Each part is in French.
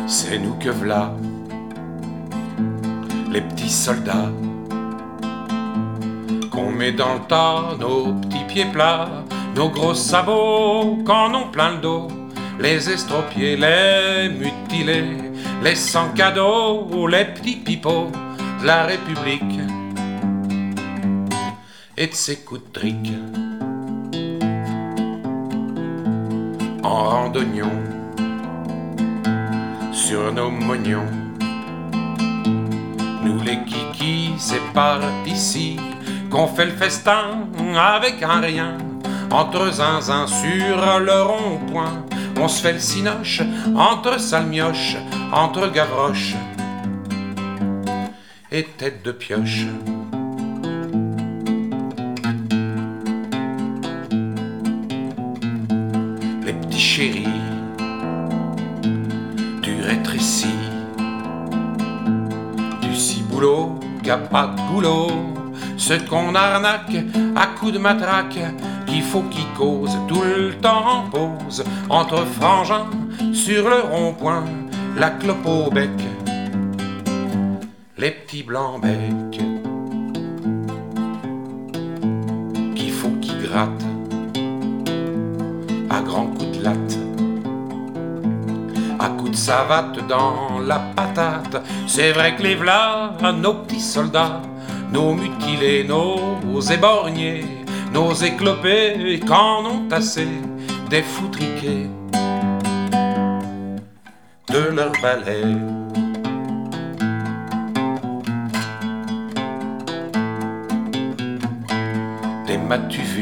c'est nous que v'là, les petits soldats, qu'on met dans le tas nos petits pieds plats, nos gros sabots qu'en ont plein le dos, les estropiés, les mutilés, les sans cadeaux, les petits pipeaux de la République et de ses coups de trique. En randonnion sur nos mognons, nous les kikis, c'est par ici qu'on fait le festin avec un rien. Entre zinzin sur le rond-point, on se fait le cinoche entre salmioche, entre gavroche et tête de pioche. Les petits chéris du rétréci, du ciboulot qui a pas de boulot, ceux qu'on arnaque à coups de matraque, qu'il faut qu'ils causent tout le temps en pause, entre frangins sur le rond-point, la clope au bec, les petits blancs becs, qu'il faut qu'ils grattent à grands coups de latte, à coups de savate dans la patate. C'est vrai que les v'là, nos petits soldats, nos mutilés, nos éborgnés, nos éclopés qu'en ont assez des foutriqués de leur balai. Des m'as-tu vu,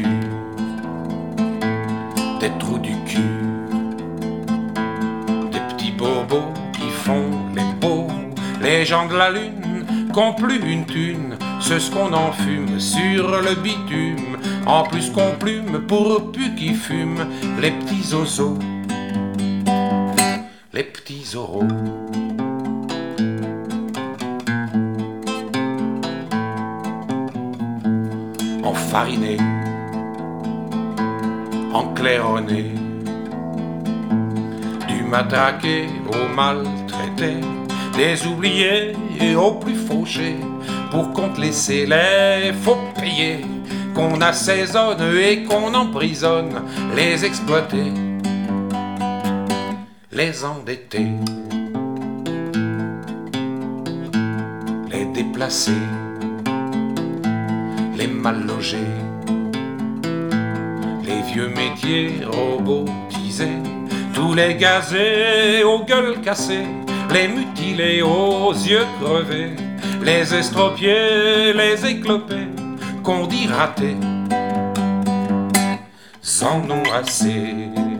des trous du cul, des petits bobos qui font les beaux, les gens de la lune qu'ont plus une thune, c'est ce qu'on en fume sur le bitume, en plus qu'on plume pour plus qu'ils fument, les petits oiseaux, les petits oraux. Enfarinés, enclaironnés, du matraqué au maltraité, des oubliés aux plus fauchés, pour qu'on te laisse les faut payer, qu'on assaisonne et qu'on emprisonne les exploités, les endettés, les déplacés, les mal logés, les vieux métiers robotisés, tous les gazés aux gueules cassées, les mutilés aux yeux crevés, les estropiés, les éclopés, qu'on dit ratés, en ont assez.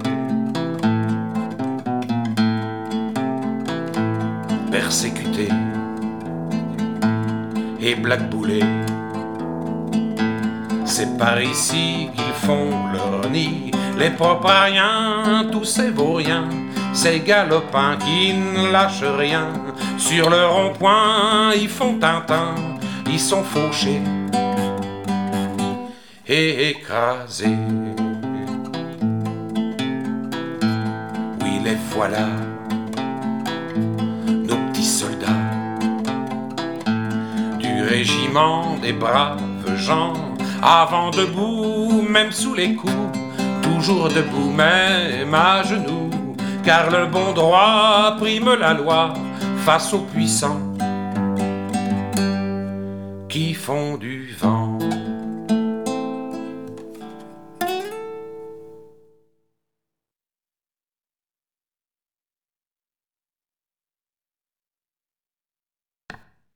Persécutés et blackboulés, c'est par ici qu'ils font leur nid, les propres à rien, tous ces vauriens, ces galopins qui ne lâchent rien. Sur le rond-point, ils font Tintin, ils sont fauchés et écrasés. Oui, les voilà, nos petits soldats du régiment des braves gens, avant debout, même sous les coups, toujours debout, même à genoux, car le bon droit prime la loi face aux puissants qui font du vent.